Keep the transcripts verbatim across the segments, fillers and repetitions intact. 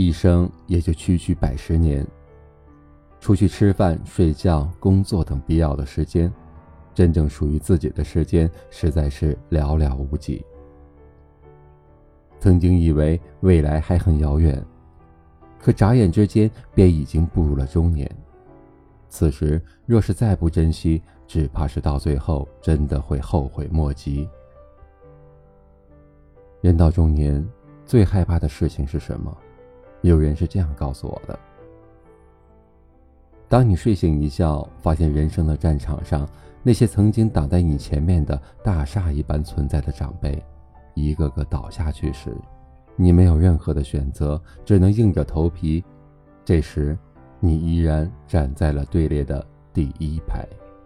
一生也就区区百十年，除去吃饭、睡觉、工作等必要的时间，真正属于自己的时间实在是寥寥无几。曾经以为未来还很遥远，可眨眼之间便已经步入了中年。此时若是再不珍惜，只怕是到最后真的会后悔莫及。人到中年，最害怕的事情是什么？有人是这样告诉我的：当你睡醒一觉，发现人生的战场上，那些曾经挡在你前面的大厦一般存在的长辈，一个个倒下去时，你没有任何的选择，只能硬着头皮。这时，你依然站在了队列的第一排。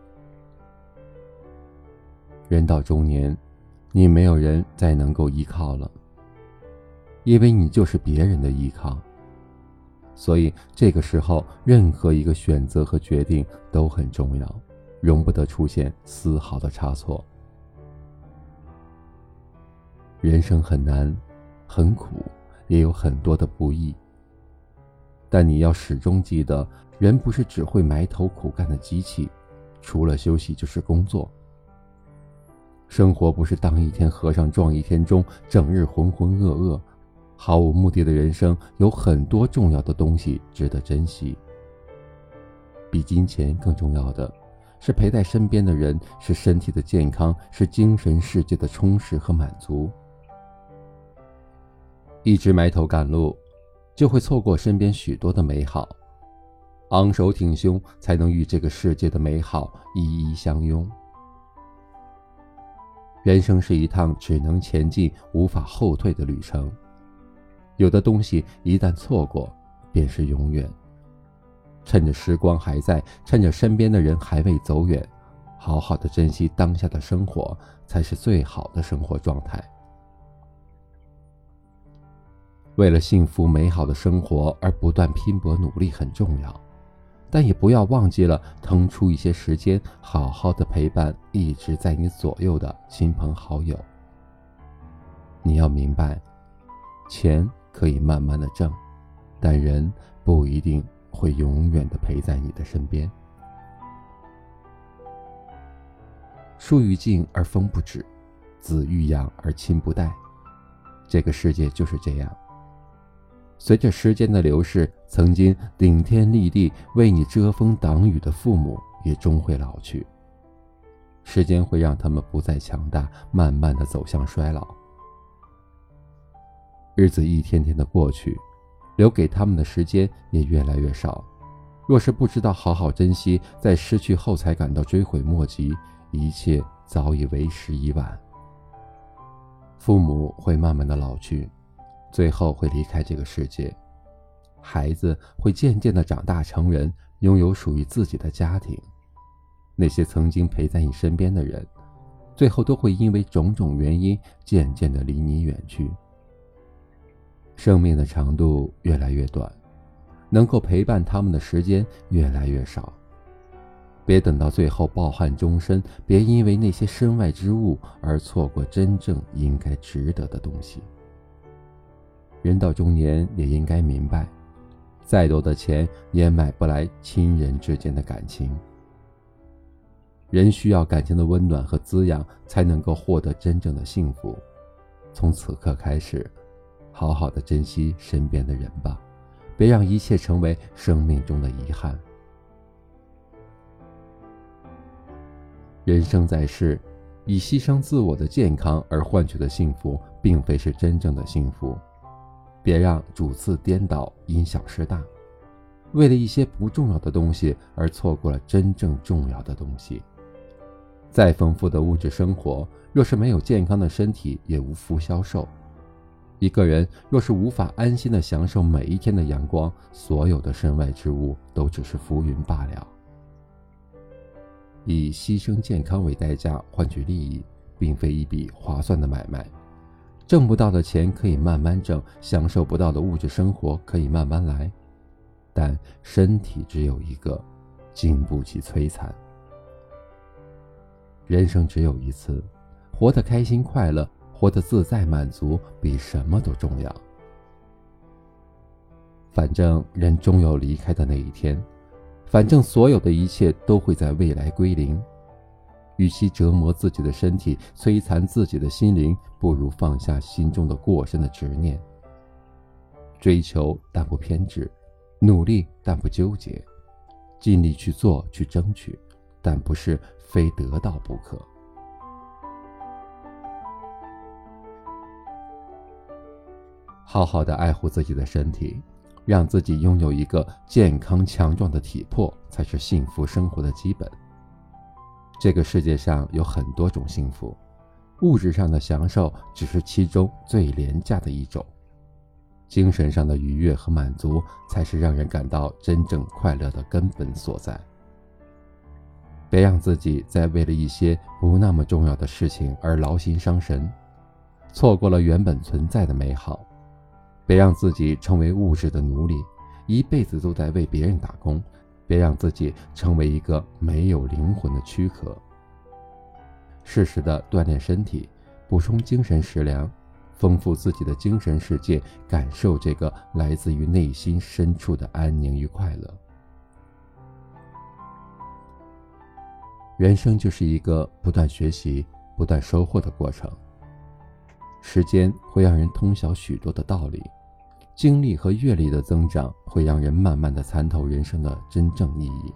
人到中年，你没有人再能够依靠了，因为你就是别人的依靠。所以这个时候，任何一个选择和决定都很重要，容不得出现丝毫的差错。人生很难，很苦，也有很多的不易。但你要始终记得，人不是只会埋头苦干的机器，除了休息就是工作。生活不是当一天和尚撞一天钟，整日浑浑噩噩。毫无目的的人生有很多重要的东西值得珍惜。比金钱更重要的是陪在身边的人，是身体的健康，是精神世界的充实和满足。一直埋头赶路，就会错过身边许多的美好。昂首挺胸，才能与这个世界的美好一一相拥。人生是一趟只能前进无法后退的旅程，有的东西一旦错过，便是永远。趁着时光还在，趁着身边的人还未走远，好好的珍惜当下的生活，才是最好的生活状态。为了幸福美好的生活而不断拼搏努力很重要，但也不要忘记了腾出一些时间，好好的陪伴一直在你左右的亲朋好友。你要明白，钱可以慢慢的挣，但人不一定会永远的陪在你的身边。树欲静而风不止，子欲养而亲不待。这个世界就是这样，随着时间的流逝，曾经顶天立地为你遮风挡雨的父母也终会老去。时间会让他们不再强大，慢慢的走向衰老。日子一天天的过去，留给他们的时间也越来越少。若是不知道好好珍惜，在失去后才感到追悔莫及，一切早已为时已晚。父母会慢慢的老去，最后会离开这个世界。孩子会渐渐的长大成人，拥有属于自己的家庭。那些曾经陪在你身边的人，最后都会因为种种原因渐渐的离你远去。生命的长度越来越短，能够陪伴他们的时间越来越少。别等到最后抱憾终身，别因为那些身外之物而错过真正应该值得的东西。人到中年也应该明白，再多的钱也买不来亲人之间的感情。人需要感情的温暖和滋养，才能够获得真正的幸福。从此刻开始，好好的珍惜身边的人吧，别让一切成为生命中的遗憾。人生在世，以牺牲自我的健康而换取的幸福，并非是真正的幸福。别让主次颠倒，因小失大，为了一些不重要的东西而错过了真正重要的东西。再丰富的物质生活，若是没有健康的身体，也无福消受。一个人若是无法安心地享受每一天的阳光，所有的身外之物都只是浮云罢了。以牺牲健康为代价换取利益，并非一笔划算的买卖。挣不到的钱可以慢慢挣，享受不到的物质生活可以慢慢来，但身体只有一个，经不起摧残。人生只有一次，活得开心快乐，活得自在满足，比什么都重要。 反正人终有离开的那一天，反正所有的一切都会在未来归零。与其折磨自己的身体，摧残自己的心灵，不如放下心中的过深的执念。追求但不偏执，努力但不纠结，尽力去做去争取，但不是非得到不可。好好的爱护自己的身体，让自己拥有一个健康强壮的体魄，才是幸福生活的基本。这个世界上有很多种幸福，物质上的享受只是其中最廉价的一种，精神上的愉悦和满足才是让人感到真正快乐的根本所在。别让自己再为了一些不那么重要的事情而劳心伤神，错过了原本存在的美好。别让自己成为物质的奴隶，一辈子都在为别人打工。别让自己成为一个没有灵魂的躯壳。适时的锻炼身体，补充精神食粮，丰富自己的精神世界，感受这个来自于内心深处的安宁与快乐。人生就是一个不断学习、不断收获的过程。时间会让人通晓许多的道理，经历和阅历的增长会让人慢慢地参透人生的真正意义。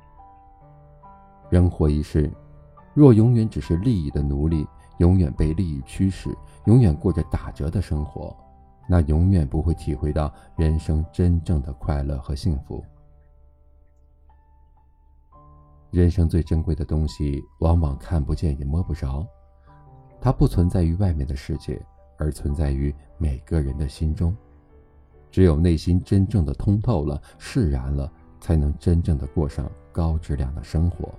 人活一世，若永远只是利益的奴隶，永远被利益驱使，永远过着打折的生活，那永远不会体会到人生真正的快乐和幸福。人生最珍贵的东西往往看不见也摸不着，它不存在于外面的世界，而存在于每个人的心中。只有内心真正的通透了、释然了，才能真正的过上高质量的生活。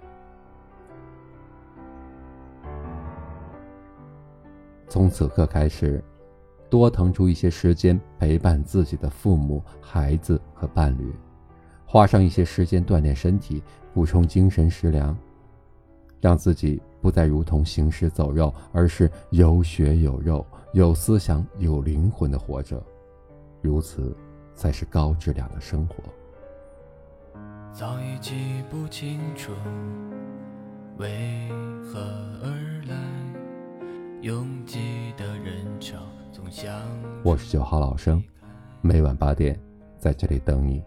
从此刻开始，多腾出一些时间陪伴自己的父母、孩子和伴侣，花上一些时间锻炼身体，补充精神食粮，让自己不再如同行尸走肉，而是有血有肉、有思想、有灵魂的活着。如此才是高质量的生活。 早已记不清楚为何而来，拥挤的人潮总像我是九号老生，每晚八点在这里等你。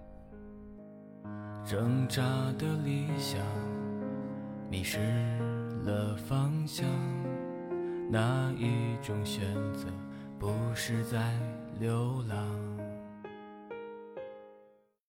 挣扎的理想迷失了方向，哪一种选择不是在流浪？